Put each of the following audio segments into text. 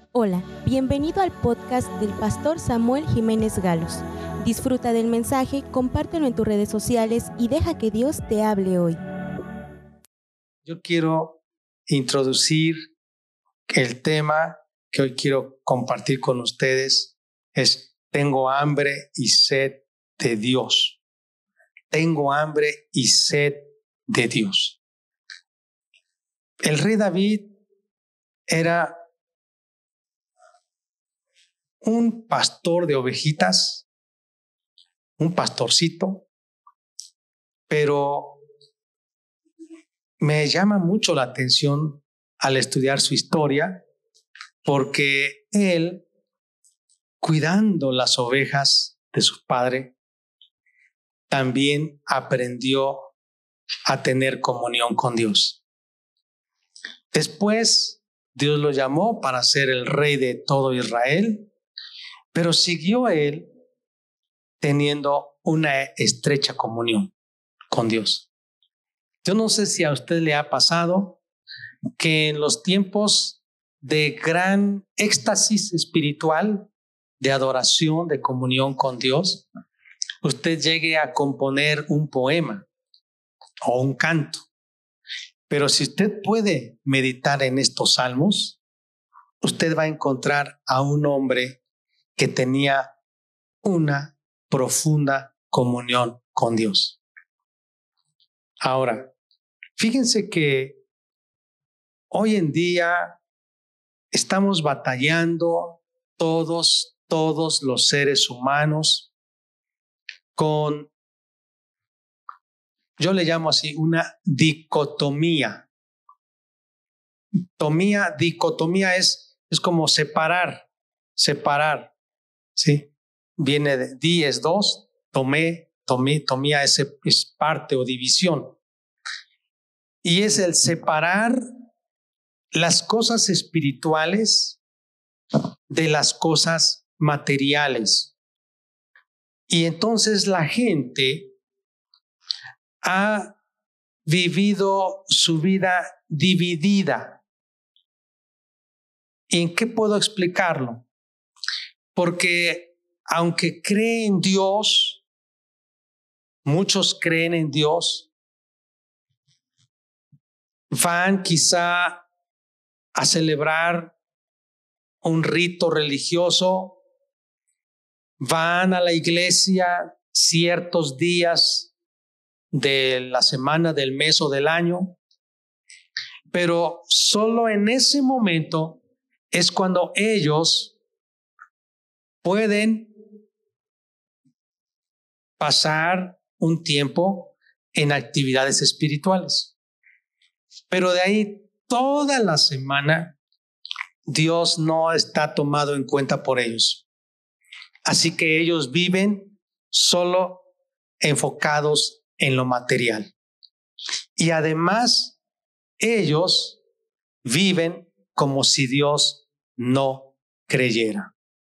Hola, bienvenido al podcast del pastor Samuel Jiménez Galos. Disfruta del mensaje, compártelo en tus redes sociales y deja que Dios te hable hoy. Yo quiero introducir el tema que hoy quiero compartir con ustedes. Tengo hambre y sed de Dios. Tengo hambre y sed de Dios. El rey David era un pastor de ovejitas, un pastorcito, pero me llama mucho la atención al estudiar su historia, porque él, cuidando las ovejas de su padre, también aprendió a tener comunión con Dios. Después, Dios lo llamó para ser el rey de todo Israel, pero siguió él teniendo una estrecha comunión con Dios. Yo no sé si a usted le ha pasado que en los tiempos de gran éxtasis espiritual, de adoración, de comunión con Dios, usted llegue a componer un poema o un canto. Pero si usted puede meditar en estos salmos, usted va a encontrar a un hombre que tenía una profunda comunión con Dios. Ahora, fíjense que hoy en día estamos batallando todos los seres humanos con, yo le llamo así, una dicotomía. Dicotomía es como separar, ¿sí? Viene de di es dos, tomía es parte o división. Y es el separar las cosas espirituales de las cosas materiales. Y entonces la gente ha vivido su vida dividida. ¿Y en qué puedo explicarlo? Porque aunque creen en Dios, muchos creen en Dios, van quizá a celebrar un rito religioso, van a la iglesia ciertos días de la semana, del mes o del año, pero solo en ese momento es cuando ellos pueden pasar un tiempo en actividades espirituales. Pero de ahí toda la semana Dios no está tomado en cuenta por ellos. Así que ellos viven solo enfocados en lo material. Y además, ellos viven como si Dios no creyera.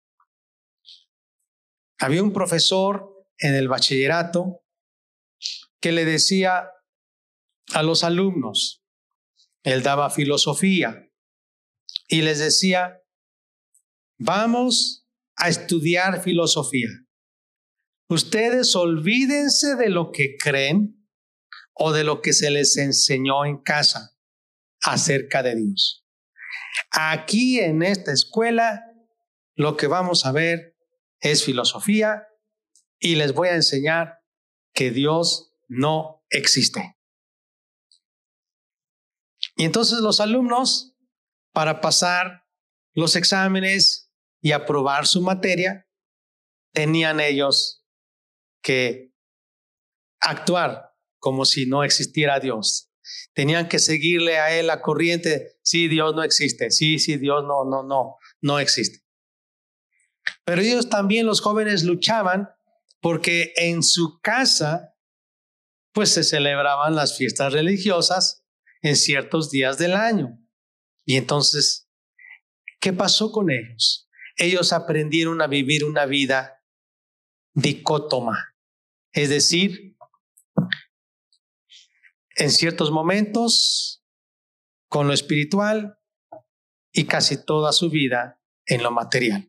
Había un profesor en el bachillerato que le decía a los alumnos, él daba filosofía, y les decía, vamos a estudiar filosofía. Ustedes olvídense de lo que creen o de lo que se les enseñó en casa acerca de Dios. Aquí en esta escuela lo que vamos a ver es filosofía y les voy a enseñar que Dios no existe. Y entonces los alumnos, para pasar los exámenes y aprobar su materia, tenían ellos que actuar como si no existiera Dios. Tenían que seguirle a él la corriente. Sí, Dios no existe. Sí, Dios no existe. Pero ellos también, los jóvenes, luchaban porque en su casa pues se celebraban las fiestas religiosas en ciertos días del año. Y entonces, ¿qué pasó con ellos? Ellos aprendieron a vivir una vida dicótoma, es decir, en ciertos momentos con lo espiritual y casi toda su vida en lo material.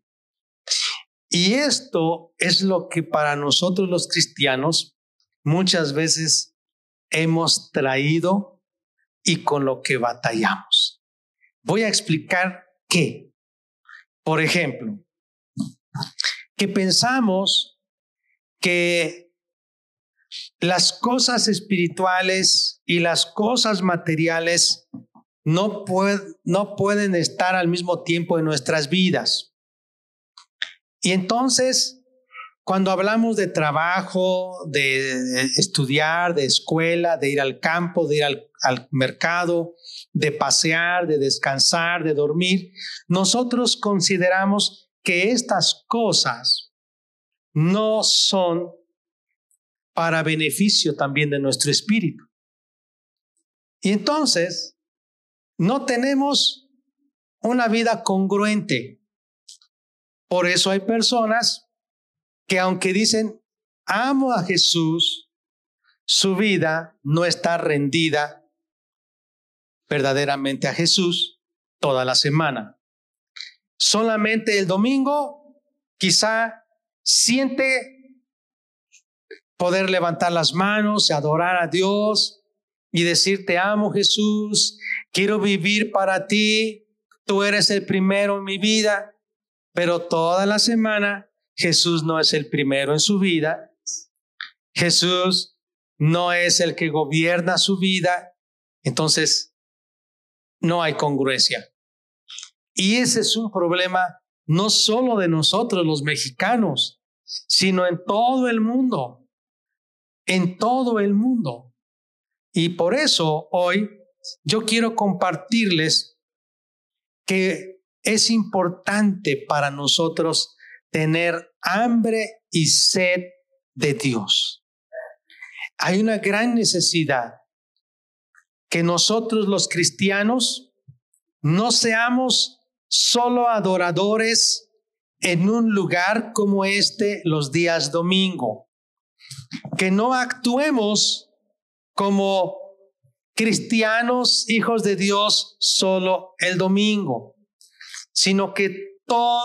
Y esto es lo que para nosotros los cristianos muchas veces hemos traído y con lo que batallamos. Voy a explicar qué. Por ejemplo, que pensamos que las cosas espirituales y las cosas materiales no pueden estar al mismo tiempo en nuestras vidas. Y entonces, cuando hablamos de trabajo, de estudiar, de escuela, de ir al campo, de ir al mercado, de pasear, de descansar, de dormir, nosotros consideramos que estas cosas no son para beneficio también de nuestro espíritu. Y entonces, no tenemos una vida congruente. Por eso hay personas que aunque dicen, amo a Jesús, su vida no está rendida verdaderamente a Jesús toda la semana. Solamente el domingo quizá siente poder levantar las manos, adorar a Dios y decir, te amo Jesús, quiero vivir para ti, tú eres el primero en mi vida. Pero toda la semana Jesús no es el primero en su vida. Jesús no es el que gobierna su vida. Entonces, no hay congruencia. Y ese es un problema no solo de nosotros los mexicanos, sino en todo el mundo. En todo el mundo. Y por eso hoy yo quiero compartirles que es importante para nosotros tener hambre y sed de Dios. Hay una gran necesidad que nosotros los cristianos no seamos solo adoradores en un lugar como este los días domingo, que no actuemos como cristianos, hijos de Dios, solo el domingo, sino que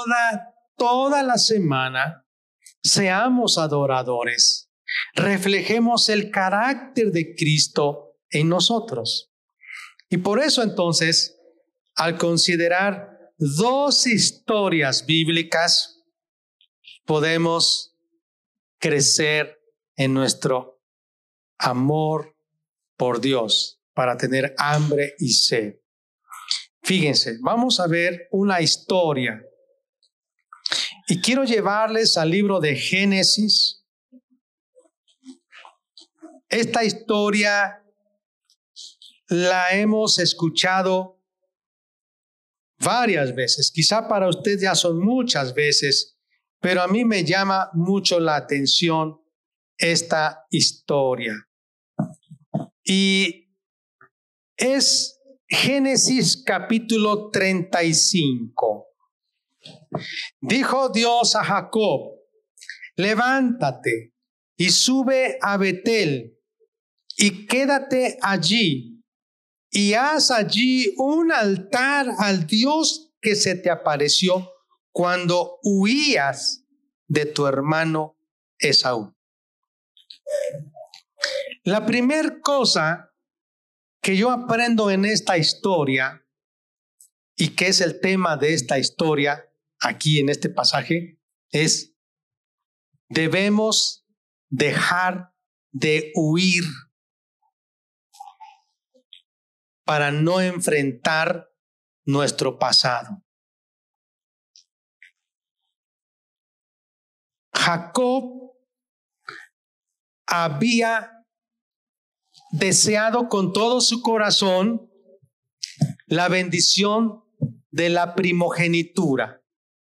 toda la semana seamos adoradores, reflejemos el carácter de Cristo en nosotros. Y por eso entonces, al considerar dos historias bíblicas, podemos crecer en nuestro amor por Dios para tener hambre y sed. Fíjense, vamos a ver una historia y quiero llevarles al libro de Génesis. Esta historia la hemos escuchado varias veces, quizá para usted ya son muchas veces, pero a mí me llama mucho la atención esta historia. Y es Génesis capítulo 35. Dijo Dios a Jacob, levántate y sube a Betel y quédate allí y haz allí un altar al Dios que se te apareció cuando huías de tu hermano Esaú. La primera cosa que yo aprendo en esta historia y que es el tema de esta historia aquí en este pasaje es: debemos dejar de huir para no enfrentar nuestro pasado. Jacob había deseado con todo su corazón la bendición de la primogenitura.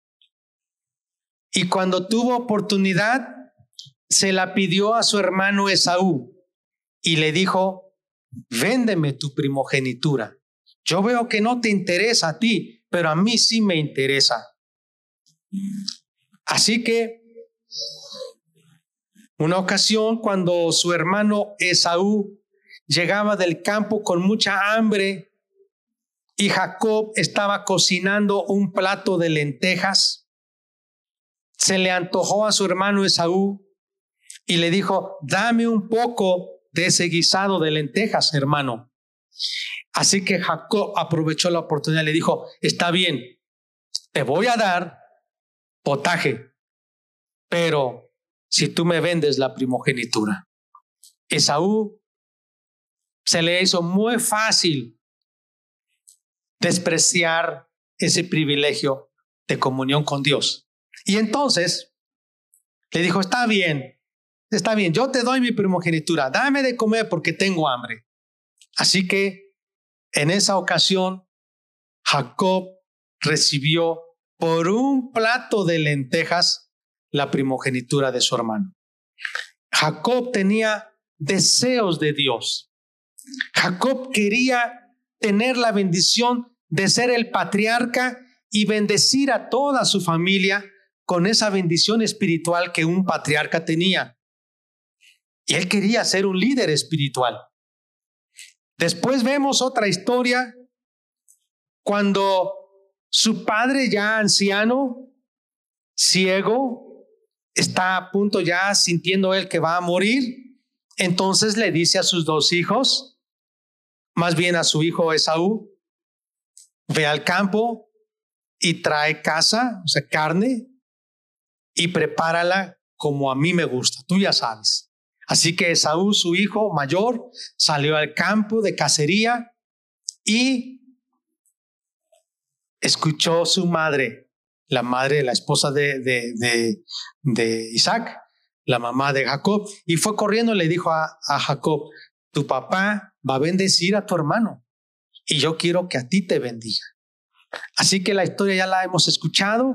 Y cuando tuvo oportunidad, se la pidió a su hermano Esaú y le dijo: véndeme tu primogenitura. Yo veo que no te interesa a ti, pero a mí sí me interesa. Así que una ocasión, cuando su hermano Esaú llegaba del campo con mucha hambre y Jacob estaba cocinando un plato de lentejas. Se le antojó a su hermano Esaú y le dijo: dame un poco de ese guisado de lentejas, hermano. Así que Jacob aprovechó la oportunidad y le dijo: está bien, te voy a dar potaje, pero si tú me vendes la primogenitura. Esaú se le hizo muy fácil despreciar ese privilegio de comunión con Dios. Y entonces le dijo: está bien, yo te doy mi primogenitura, dame de comer porque tengo hambre. Así que en esa ocasión Jacob recibió por un plato de lentejas la primogenitura de su hermano. Jacob tenía deseos de Dios. Jacob quería tener la bendición de ser el patriarca y bendecir a toda su familia con esa bendición espiritual que un patriarca tenía. Y él quería ser un líder espiritual. Después vemos otra historia cuando su padre, ya anciano, ciego, está a punto, ya sintiendo él que va a morir. Entonces le dice a sus dos hijos, más bien a su hijo Esaú: ve al campo y trae caza, o sea, carne, y prepárala como a mí me gusta, tú ya sabes. Así que Esaú, su hijo mayor, salió al campo de cacería y escuchó su madre, la esposa de Isaac, la mamá de Jacob, y fue corriendo y le dijo a Jacob: tu papá va a bendecir a tu hermano y yo quiero que a ti te bendiga. Así que la historia ya la hemos escuchado.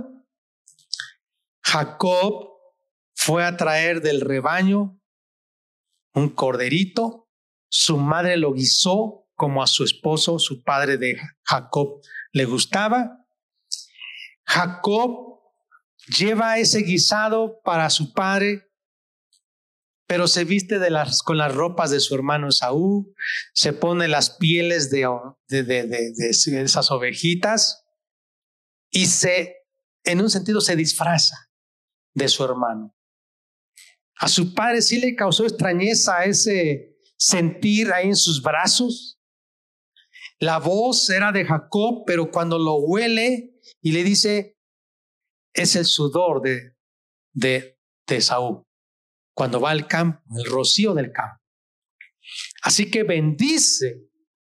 Jacob fue a traer del rebaño un corderito. Su madre lo guisó como a su esposo, su padre de Jacob, le gustaba. Jacob lleva ese guisado para su padre, pero se viste con las ropas de su hermano Esaú, se pone las pieles de esas ovejitas y en un sentido se disfraza de su hermano. A su padre sí le causó extrañeza ese sentir ahí en sus brazos. La voz era de Jacob, pero cuando lo huele y le dice, es el sudor de Esaú, cuando va al campo, el rocío del campo. Así que bendice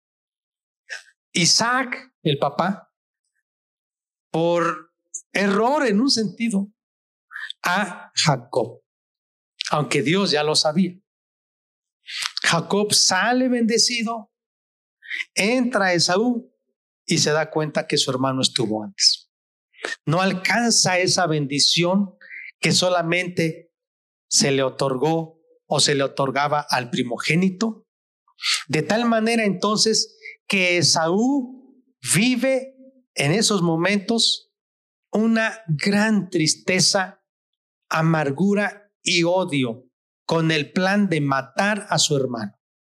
Isaac, el papá, por error en un sentido, a Jacob, aunque Dios ya lo sabía. Jacob sale bendecido, entra Esaú y se da cuenta que su hermano estuvo antes. No alcanza esa bendición que solamente se le otorgó o se le otorgaba al primogénito, de tal manera entonces que Esaú vive en esos momentos una gran tristeza, amargura y odio con el plan de matar a su hermano.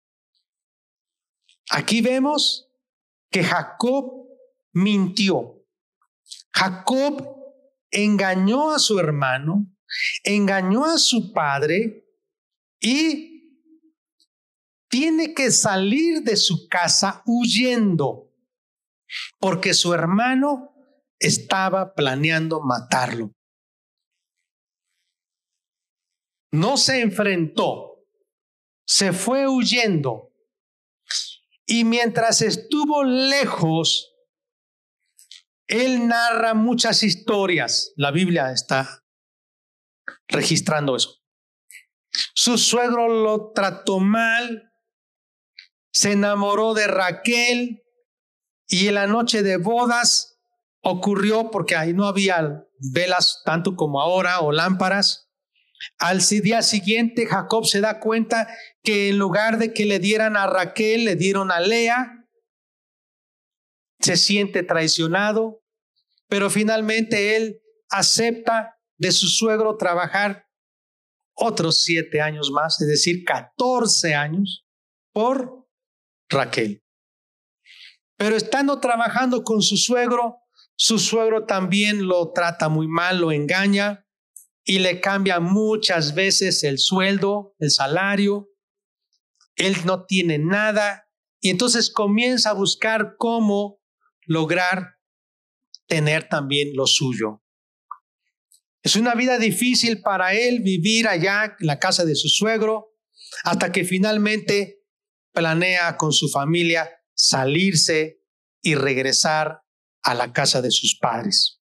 Aquí vemos que Jacob mintió. Jacob engañó a su hermano, engañó a su padre y tiene que salir de su casa huyendo porque su hermano estaba planeando matarlo. No se enfrentó, se fue huyendo. Y mientras estuvo lejos, él narra muchas historias. La Biblia está registrando eso. Su suegro lo trató mal, se enamoró de Raquel y en la noche de bodas ocurrió, porque ahí no había velas tanto como ahora o lámparas. Al día siguiente Jacob se da cuenta que en lugar de que le dieran a Raquel, le dieron a Lea. Se siente traicionado, pero finalmente él acepta de su suegro trabajar otros 7 años más, es decir, 14 años por Raquel. Pero estando trabajando con su suegro también lo trata muy mal, lo engaña y le cambia muchas veces el sueldo, el salario. Él no tiene nada y entonces comienza a buscar cómo lograr tener también lo suyo. Es una vida difícil para él vivir allá en la casa de su suegro, hasta que finalmente planea con su familia salirse y regresar a la casa de sus padres.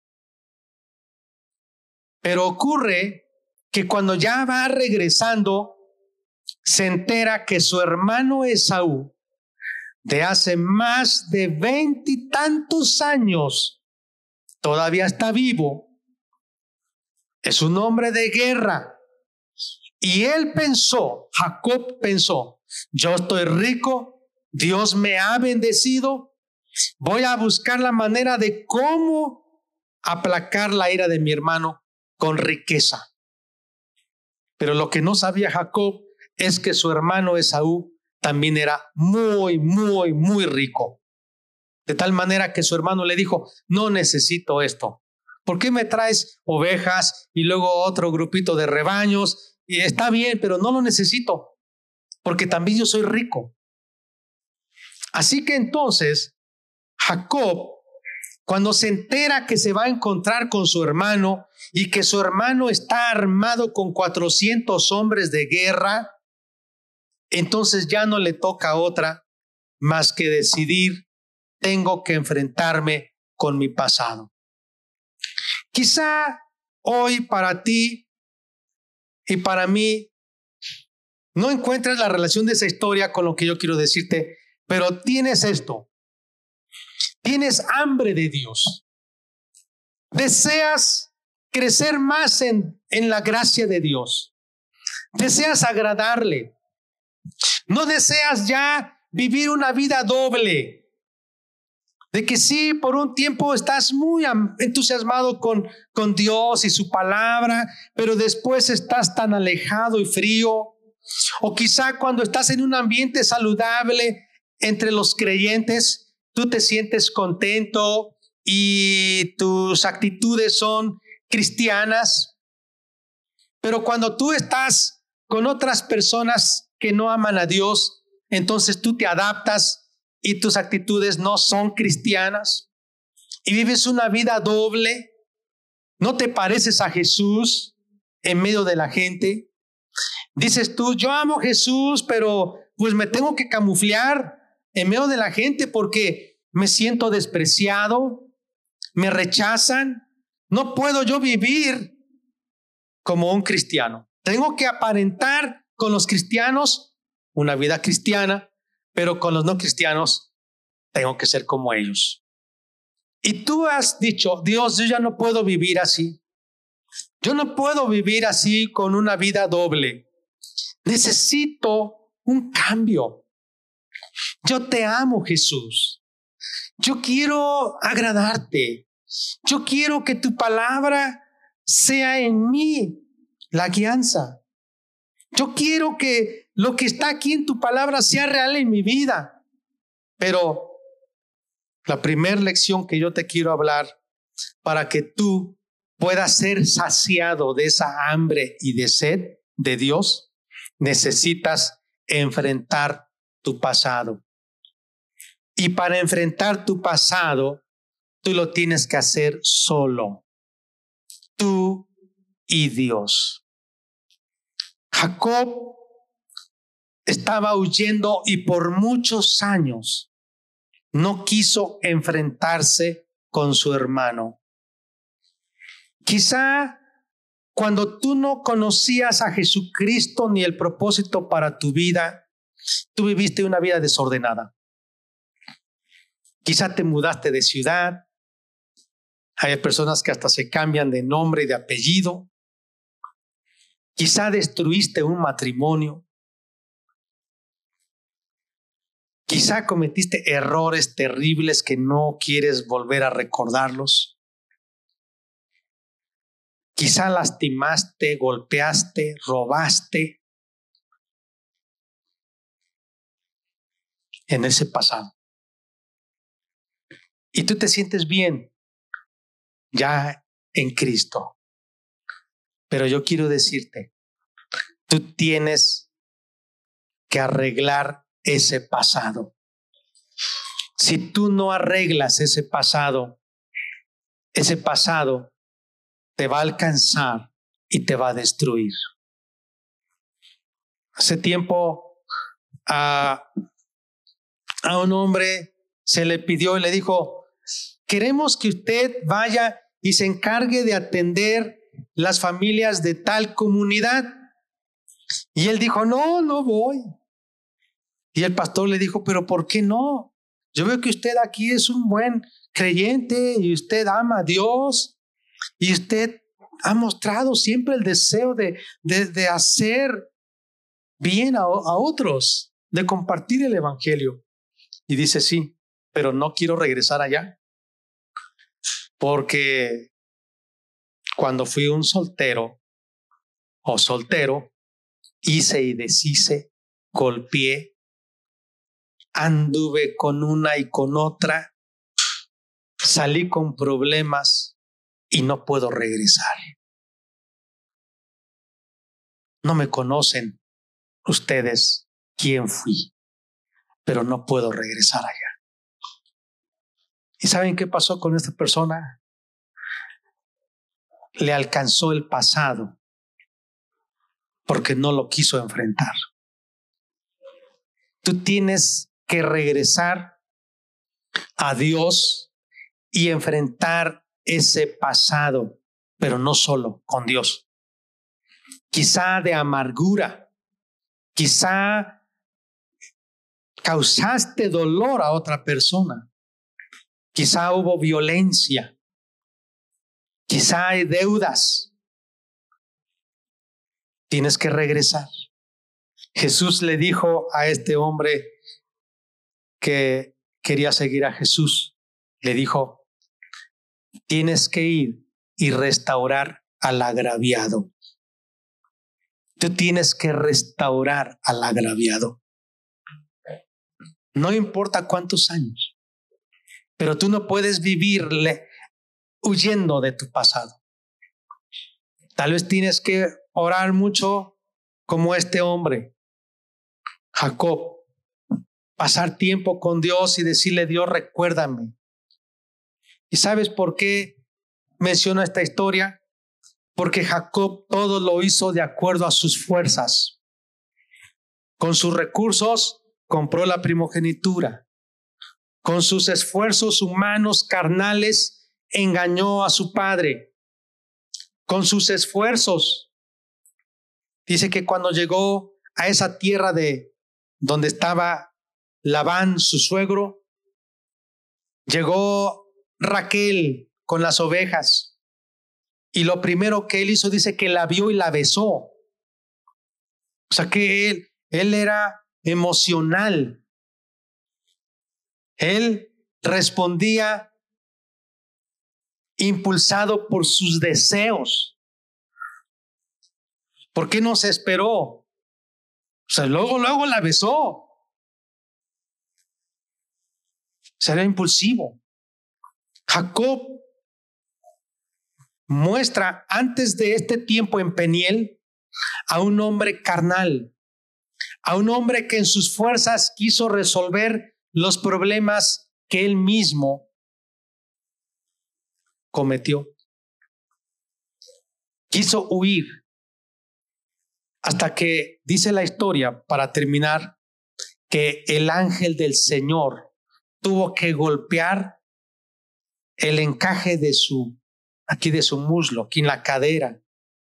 Pero ocurre que cuando ya va regresando, se entera que su hermano Esaú, de hace más de 20 y tantos años, todavía está vivo. Es un hombre de guerra. Y él pensó, Jacob pensó, yo estoy rico, Dios me ha bendecido, voy a buscar la manera de cómo aplacar la ira de mi hermano con riqueza. Pero lo que no sabía Jacob es que su hermano Esaú también era muy, muy, muy rico. De tal manera que su hermano le dijo, no necesito esto. ¿Por qué me traes ovejas y luego otro grupito de rebaños? Y está bien, pero no lo necesito, porque también yo soy rico. Así que entonces, Jacob, cuando se entera que se va a encontrar con su hermano y que su hermano está armado con 400 hombres de guerra, entonces ya no le toca otra más que decidir, tengo que enfrentarme con mi pasado. Quizá hoy para ti y para mí no encuentras la relación de esa historia con lo que yo quiero decirte, pero tienes esto. Tienes hambre de Dios. Deseas crecer más en la gracia de Dios. Deseas agradarle. No deseas ya vivir una vida doble. De que sí, por un tiempo estás muy entusiasmado con Dios y su palabra, pero después estás tan alejado y frío. O quizá cuando estás en un ambiente saludable entre los creyentes, tú te sientes contento y tus actitudes son cristianas. Pero cuando tú estás con otras personas que no aman a Dios, entonces tú te adaptas y tus actitudes no son cristianas y vives una vida doble. No te pareces a Jesús en medio de la gente. Dices tú, yo amo a Jesús, pero pues me tengo que camuflar en medio de la gente porque me siento despreciado, me rechazan. No puedo yo vivir como un cristiano. Tengo que aparentar con los cristianos una vida cristiana, pero con los no cristianos tengo que ser como ellos. Y tú has dicho, Dios, yo ya no puedo vivir así. Yo no puedo vivir así con una vida doble. Necesito un cambio. Yo te amo, Jesús. Yo quiero agradarte. Yo quiero que tu palabra sea en mí la guianza. Yo quiero que lo que está aquí en tu palabra sea real en mi vida. Pero la primera lección que yo te quiero hablar para que tú puedas ser saciado de esa hambre y de sed de Dios, necesitas enfrentar tu pasado. Y para enfrentar tu pasado, tú lo tienes que hacer solo. Tú y Dios. Jacob estaba huyendo y por muchos años no quiso enfrentarse con su hermano. Quizá cuando tú no conocías a Jesucristo ni el propósito para tu vida, tú viviste una vida desordenada. Quizá te mudaste de ciudad. Hay personas que hasta se cambian de nombre y de apellido. Quizá destruiste un matrimonio. Quizá cometiste errores terribles que no quieres volver a recordarlos. Quizá lastimaste, golpeaste, robaste en ese pasado. y tú te sientes bien ya en Cristo. Pero yo quiero decirte, tú tienes que arreglar ese pasado. Si tú no arreglas ese pasado te va a alcanzar y te va a destruir. Hace tiempo a un hombre se le pidió y le dijo: queremos que usted vaya y se encargue de atender las familias de tal comunidad. Y él dijo: no voy. Y el pastor le dijo: pero ¿por qué no? Yo veo que usted aquí es un buen creyente y usted ama a Dios y usted ha mostrado siempre el deseo de hacer bien a otros, de compartir el evangelio. Y dice: sí, pero no quiero regresar allá, porque cuando fui un soltero, hice y deshice, golpeé, anduve con una y con otra, salí con problemas y no puedo regresar. No me conocen ustedes quién fui, pero no puedo regresar allá. ¿Y saben qué pasó con esta persona? Le alcanzó el pasado porque no lo quiso enfrentar. Tú tienes que regresar a Dios y enfrentar ese pasado, pero no solo con Dios. Quizá de amargura, quizá causaste dolor a otra persona, quizá hubo violencia, quizá hay deudas. Tienes que regresar. Jesús le dijo a este hombre que quería seguir a Jesús, le dijo: tienes que ir y restaurar al agraviado. Tú tienes que restaurar al agraviado. No importa cuántos años, pero tú no puedes vivirle huyendo de tu pasado. Tal vez tienes que orar mucho como este hombre, Jacob, pasar tiempo con Dios y decirle: Dios, recuérdame. ¿Y sabes por qué menciono esta historia? Porque Jacob todo lo hizo de acuerdo a sus fuerzas. Con sus recursos compró la primogenitura. Con sus esfuerzos humanos carnales engañó a su padre. Con sus esfuerzos, dice que cuando llegó a esa tierra de donde estaba Labán, su suegro, llegó Raquel con las ovejas y lo primero que él hizo, dice que la vio y la besó. O sea que él era emocional. Él respondía impulsado por sus deseos. ¿Por qué no se esperó? O sea, luego la besó. Será impulsivo. Jacob muestra antes de este tiempo en Peniel a un hombre carnal, a un hombre que en sus fuerzas quiso resolver los problemas que él mismo cometió. Quiso huir hasta que dice la historia, para terminar, que el ángel del Señor tuvo que golpear el encaje de su muslo, aquí en la cadera,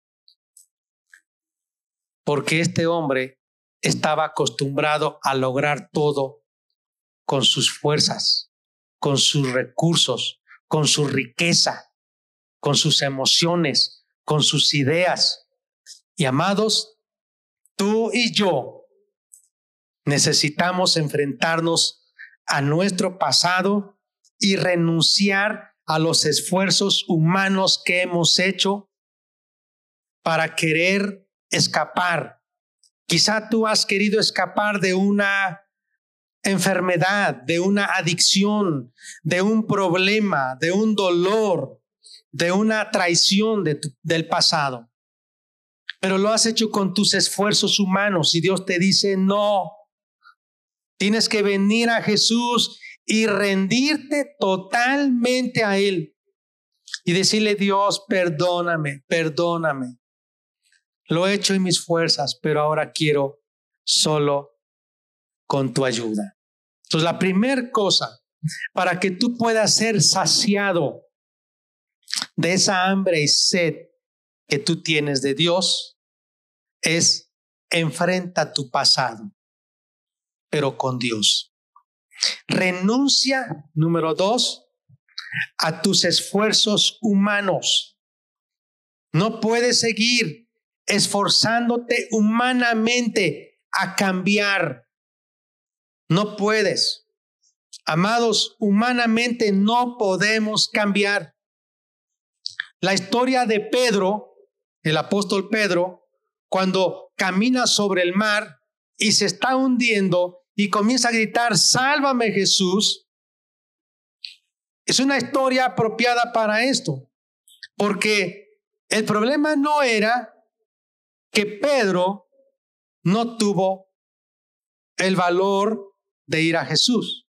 porque este hombre estaba acostumbrado a lograr todo con sus fuerzas, con sus recursos, con su riqueza, con sus emociones, con sus ideas. Y amados, tú y yo necesitamos enfrentarnos a nuestro pasado y renunciar a los esfuerzos humanos que hemos hecho para querer escapar. Quizá tú has querido escapar de una enfermedad, de una adicción, de un problema, de un dolor, de una traición del pasado. Pero lo has hecho con tus esfuerzos humanos y Dios te dice, no, tienes que venir a Jesús y rendirte totalmente a Él y decirle, Dios, perdóname, perdóname. Lo he hecho en mis fuerzas, pero ahora quiero solo con tu ayuda. Entonces, la primera cosa para que tú puedas ser saciado de esa hambre y sed que tú tienes de Dios es enfrenta tu pasado, pero con Dios. Renuncia, número 2, a tus esfuerzos humanos. No puedes seguir esforzándote humanamente a cambiar. No puedes. Amados, humanamente no podemos cambiar. La historia de Pedro, el apóstol Pedro, cuando camina sobre el mar y se está hundiendo y comienza a gritar, sálvame Jesús, es una historia apropiada para esto, porque el problema no era que Pedro no tuvo el valor de ir a Jesús.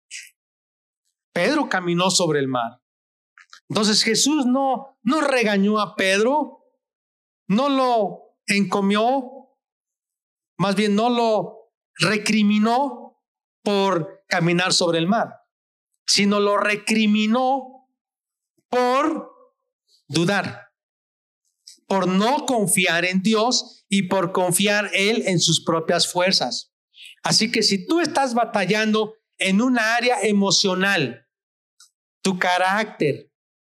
Pedro caminó sobre el mar. Entonces Jesús no regañó a Pedro, no lo encomió, más bien no lo recriminó por caminar sobre el mar, sino lo recriminó por dudar, por no confiar en Dios y por confiar él en sus propias fuerzas. Así que si tú estás batallando en una área emocional, tu carácter,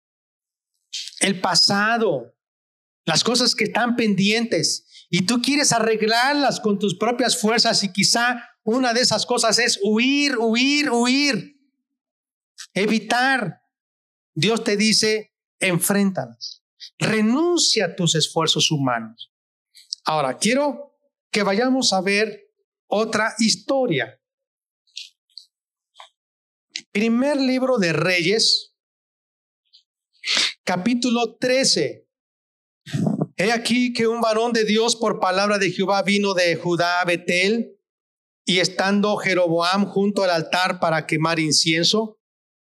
el pasado, las cosas que están pendientes y tú quieres arreglarlas con tus propias fuerzas y quizá una de esas cosas es huir, evitar. Dios te dice, enfréntalas, renuncia a tus esfuerzos humanos. Ahora, quiero que vayamos a ver otra historia. Primer libro de Reyes, capítulo 13. He aquí que un varón de Dios por palabra de Jehová vino de Judá a Betel, y estando Jeroboam junto al altar para quemar incienso,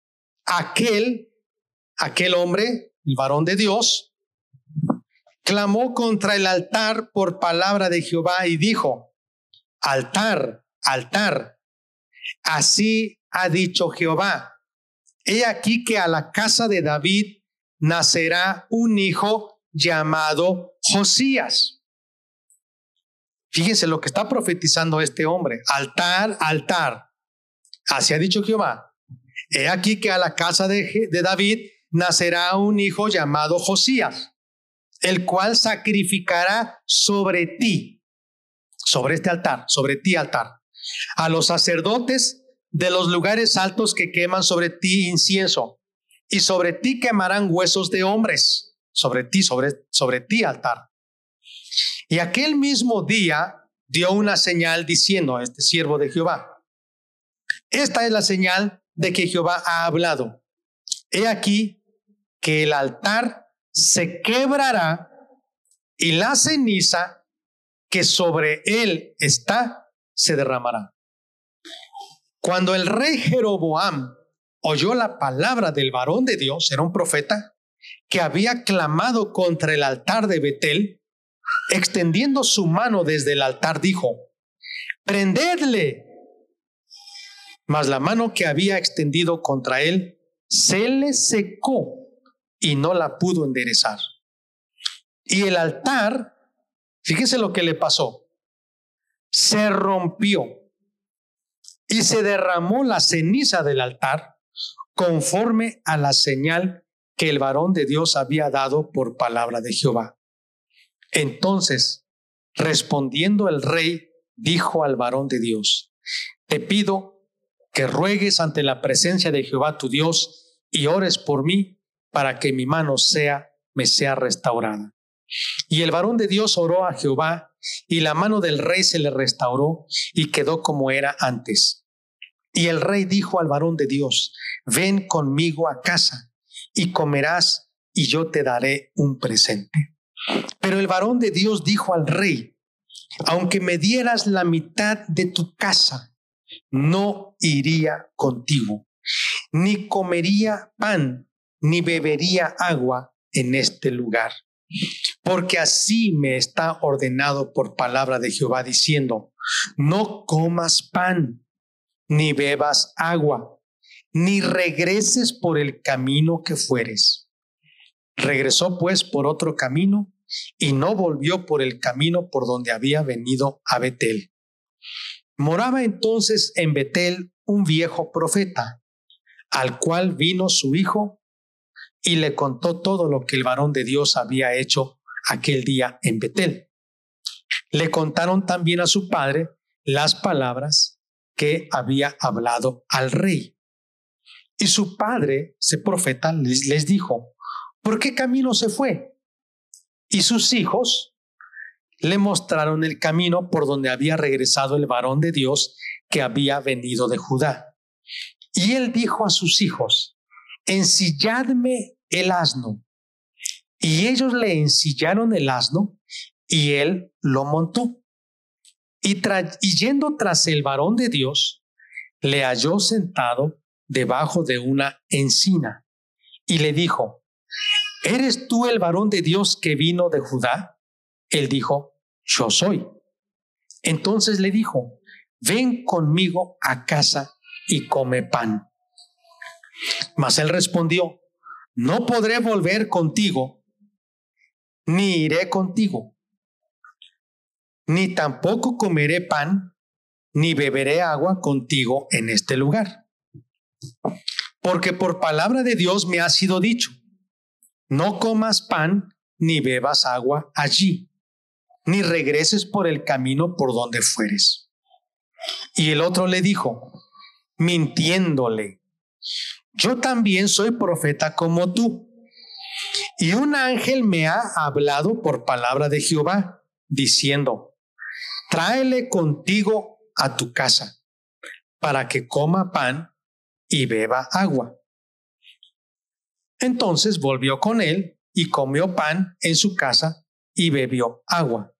aquel hombre, el varón de Dios, clamó contra el altar por palabra de Jehová y dijo, altar, altar, así ha dicho Jehová, he aquí que a la casa de David nacerá un hijo llamado Josías. Fíjense lo que está profetizando este hombre. Altar, altar. Así ha dicho Jehová. He aquí que a la casa de David nacerá un hijo llamado Josías, el cual sacrificará sobre ti, sobre este altar, sobre ti altar, a los sacerdotes de los lugares altos que queman sobre ti incienso, y sobre ti quemarán huesos de hombres, sobre ti altar. Y aquel mismo día dio una señal diciendo a este siervo de Jehová, esta es la señal de que Jehová ha hablado. He aquí que el altar se quebrará y la ceniza que sobre él está se derramará. Cuando el rey Jeroboam oyó la palabra del varón de Dios, era un profeta, que había clamado contra el altar de Betel, extendiendo su mano desde el altar, dijo, prendedle. Mas la mano que había extendido contra él se le secó y no la pudo enderezar. Y el altar, fíjese lo que le pasó, se rompió y se derramó la ceniza del altar conforme a la señal que el varón de Dios había dado por palabra de Jehová. Entonces, respondiendo el rey, dijo al varón de Dios, te pido que ruegues ante la presencia de Jehová tu Dios y ores por mí para que mi mano me sea restaurada. Y el varón de Dios oró a Jehová y la mano del rey se le restauró y quedó como era antes. Y el rey dijo al varón de Dios: ven conmigo a casa y comerás, y yo te daré un presente. Pero el varón de Dios dijo al rey: aunque me dieras la mitad de tu casa, no iría contigo, ni comería pan, ni bebería agua en este lugar. Porque así me está ordenado por palabra de Jehová, diciendo: no comas pan, ni bebas agua, ni regreses por el camino que fueres. Regresó pues por otro camino, y no volvió por el camino por donde había venido a Betel. Moraba entonces en Betel un viejo profeta, al cual vino su hijo y le contó todo lo que el varón de Dios había hecho aquel día en Betel. Le contaron también a su padre las palabras que había hablado al rey. Y su padre, ese profeta, les dijo: ¿por qué camino se fue? Y sus hijos le mostraron el camino por donde había regresado el varón de Dios que había venido de Judá. Y él dijo a sus hijos: ensilladme el asno. Y ellos le ensillaron el asno, y él lo montó. Y yendo tras el varón de Dios, le halló sentado debajo de una encina, y le dijo: ¿eres tú el varón de Dios que vino de Judá? Él dijo: yo soy. Entonces le dijo: ven conmigo a casa y come pan. Mas él respondió: no podré volver contigo, ni iré contigo, ni tampoco comeré pan, ni beberé agua contigo en este lugar. Porque por palabra de Dios me ha sido dicho: no comas pan, ni bebas agua allí, ni regreses por el camino por donde fueres. Y el otro le dijo, mintiéndole: yo también soy profeta como tú. Y un ángel me ha hablado por palabra de Jehová, diciendo: tráele contigo a tu casa, para que coma pan y beba agua. Entonces volvió con él y comió pan en su casa y bebió agua.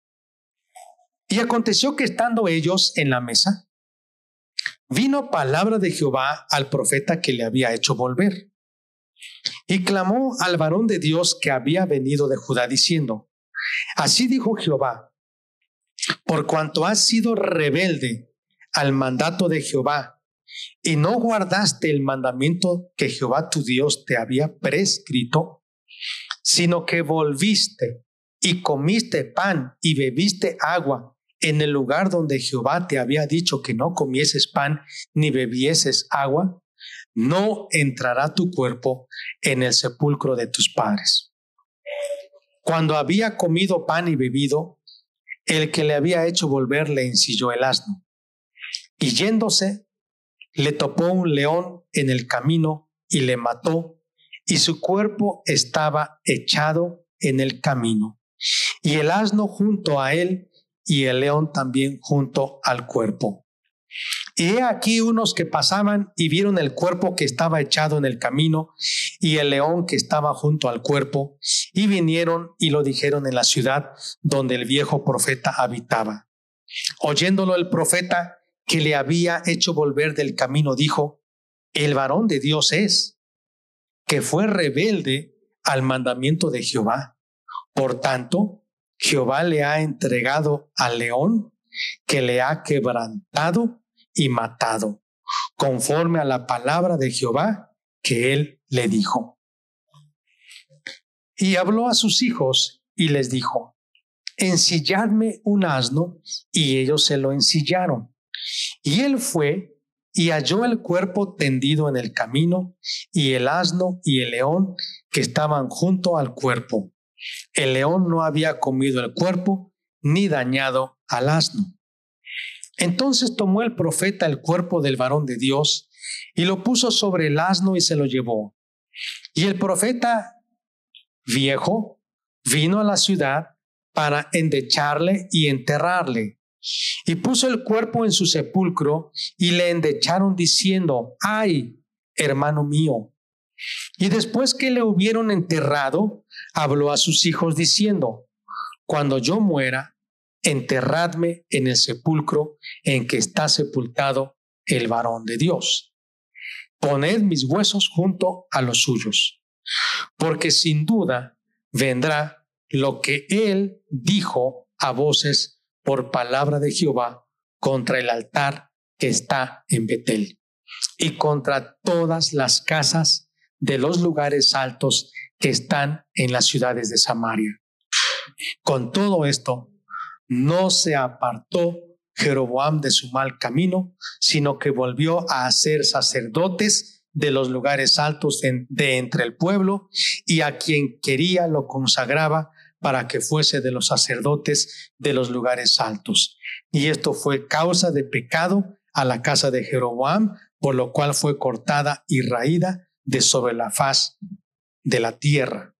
Y aconteció que estando ellos en la mesa, vino palabra de Jehová al profeta que le había hecho volver. Y clamó al varón de Dios que había venido de Judá, diciendo: así dijo Jehová, por cuanto has sido rebelde al mandato de Jehová, y no guardaste el mandamiento que Jehová tu Dios te había prescrito, sino que volviste y comiste pan y bebiste agua en el lugar donde Jehová te había dicho que no comieses pan ni bebieses agua, no entrará tu cuerpo en el sepulcro de tus padres. Cuando había comido pan y bebido, el que le había hecho volver le ensilló el asno, y yéndose, le topó un león en el camino y le mató, y su cuerpo estaba echado en el camino, y el asno junto a él, y el león también junto al cuerpo. Y he aquí unos que pasaban y vieron el cuerpo que estaba echado en el camino y el león que estaba junto al cuerpo, y vinieron y lo dijeron en la ciudad donde el viejo profeta habitaba. Oyéndolo el profeta que le había hecho volver del camino, dijo: el varón de Dios es, que fue rebelde al mandamiento de Jehová. Por tanto, Jehová le ha entregado al león, que le ha quebrantado y matado, conforme a la palabra de Jehová que él le dijo. Y habló a sus hijos y les dijo: ensilladme un asno, y ellos se lo ensillaron. Y él fue y halló el cuerpo tendido en el camino, y el asno y el león que estaban junto al cuerpo. El león no había comido el cuerpo ni dañado al asno. Entonces tomó el profeta el cuerpo del varón de Dios y lo puso sobre el asno y se lo llevó. Y el profeta viejo vino a la ciudad para endecharle y enterrarle. Y puso el cuerpo en su sepulcro y le endecharon diciendo: ¡ay, hermano mío! Y después que le hubieron enterrado, habló a sus hijos diciendo: cuando yo muera, enterradme en el sepulcro en que está sepultado el varón de Dios. Poned mis huesos junto a los suyos, porque sin duda vendrá lo que él dijo a voces por palabra de Jehová contra el altar que está en Betel y contra todas las casas de los lugares altos que están en las ciudades de Samaria. Con todo esto, no se apartó Jeroboam de su mal camino, sino que volvió a hacer sacerdotes de los lugares altos de entre el pueblo, y a quien quería lo consagraba para que fuese de los sacerdotes de los lugares altos. Y esto fue causa de pecado a la casa de Jeroboam, por lo cual fue cortada y raída de sobre la faz de la tierra.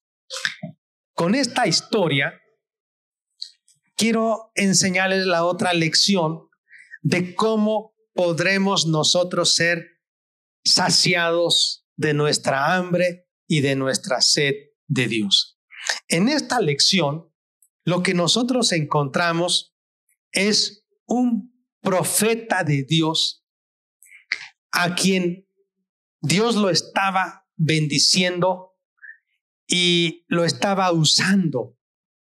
Con esta historia quiero enseñarles la otra lección de cómo podremos nosotros ser saciados de nuestra hambre y de nuestra sed de Dios. En esta lección, lo que nosotros encontramos es un profeta de Dios a quien Dios lo estaba bendiciendo y lo estaba usando.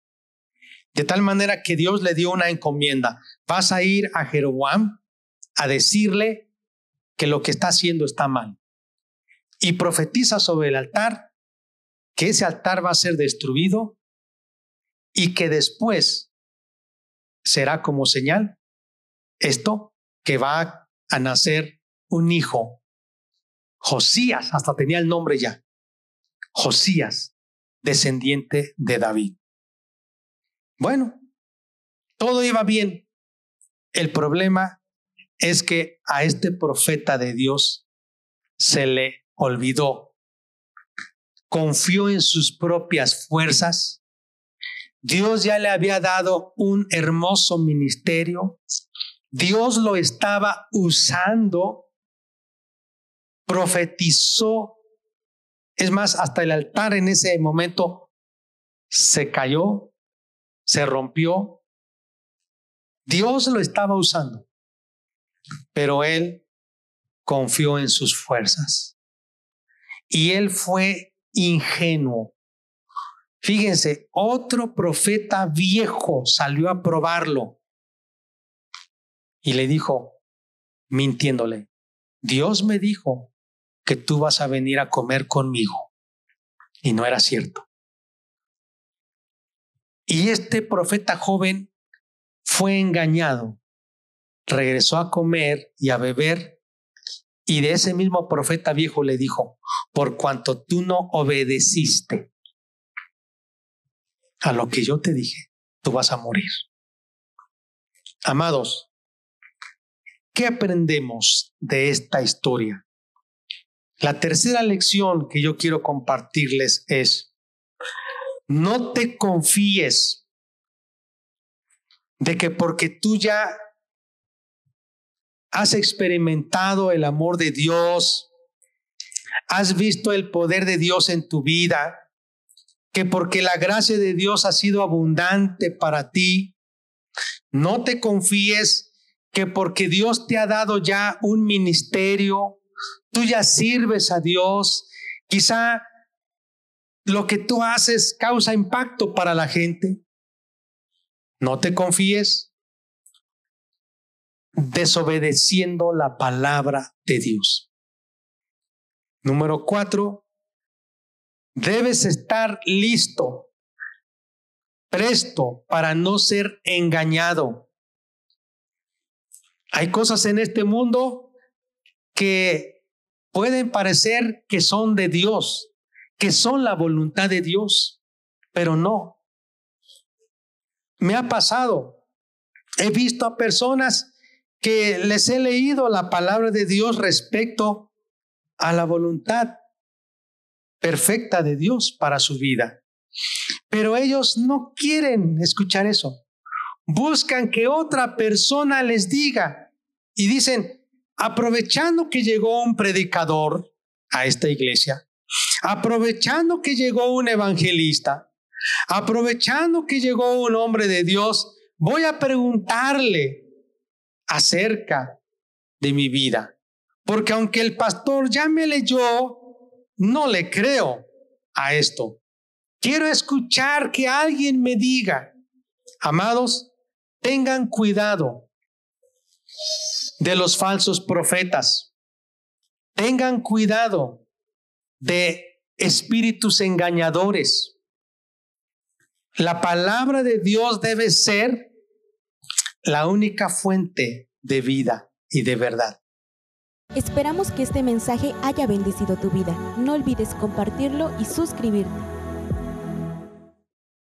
De tal manera que Dios le dio una encomienda. Vas a ir a Jeroboam a decirle que lo que está haciendo está mal. Y profetiza sobre el altar que ese altar va a ser destruido y que después será como señal esto, que va a nacer un hijo. Josías, hasta tenía el nombre ya. Josías, descendiente de David. Bueno, todo iba bien. El problema es que a este profeta de Dios se le olvidó. Confió en sus propias fuerzas. Dios ya le había dado un hermoso ministerio. Dios lo estaba usando. Profetizó. Es más, hasta el altar en ese momento se cayó, se rompió. Dios lo estaba usando, pero él confió en sus fuerzas. Y él fue ingenuo. Fíjense, otro profeta viejo salió a probarlo y le dijo, mintiéndole: Dios me dijo que tú vas a venir a comer conmigo. Y no era cierto. Y este profeta joven fue engañado, regresó a comer y a beber, y de ese mismo profeta viejo le dijo: por cuanto tú no obedeciste a lo que yo te dije, tú vas a morir. Amados, ¿qué aprendemos de esta historia? La tercera lección que yo quiero compartirles es: no te confíes de que porque tú ya has experimentado el amor de Dios, has visto el poder de Dios en tu vida, que porque la gracia de Dios ha sido abundante para ti. No te confíes que porque Dios te ha dado ya un ministerio, tú ya sirves a Dios, quizá lo que tú haces causa impacto para la gente. No te confíes desobedeciendo la palabra de Dios. Número 4, debes estar listo, presto para no ser engañado. Hay cosas en este mundo que pueden parecer que son de Dios, que son la voluntad de Dios, pero no. Me ha pasado. He visto a personas que les he leído la palabra de Dios respecto a la voluntad perfecta de Dios para su vida. Pero ellos no quieren escuchar eso. buscan que otra persona les diga y dicen, aprovechando que llegó un predicador a esta iglesia, aprovechando que llegó un evangelista, aprovechando que llegó un hombre de Dios, voy a preguntarle acerca de mi vida. Porque aunque el pastor ya me leyó, no le creo a esto. Quiero escuchar que alguien me diga. Amados, tengan cuidado de los falsos profetas. Tengan cuidado de espíritus engañadores. La palabra de Dios debe ser la única fuente de vida y de verdad. Esperamos que este mensaje haya bendecido tu vida. No olvides compartirlo y suscribirte.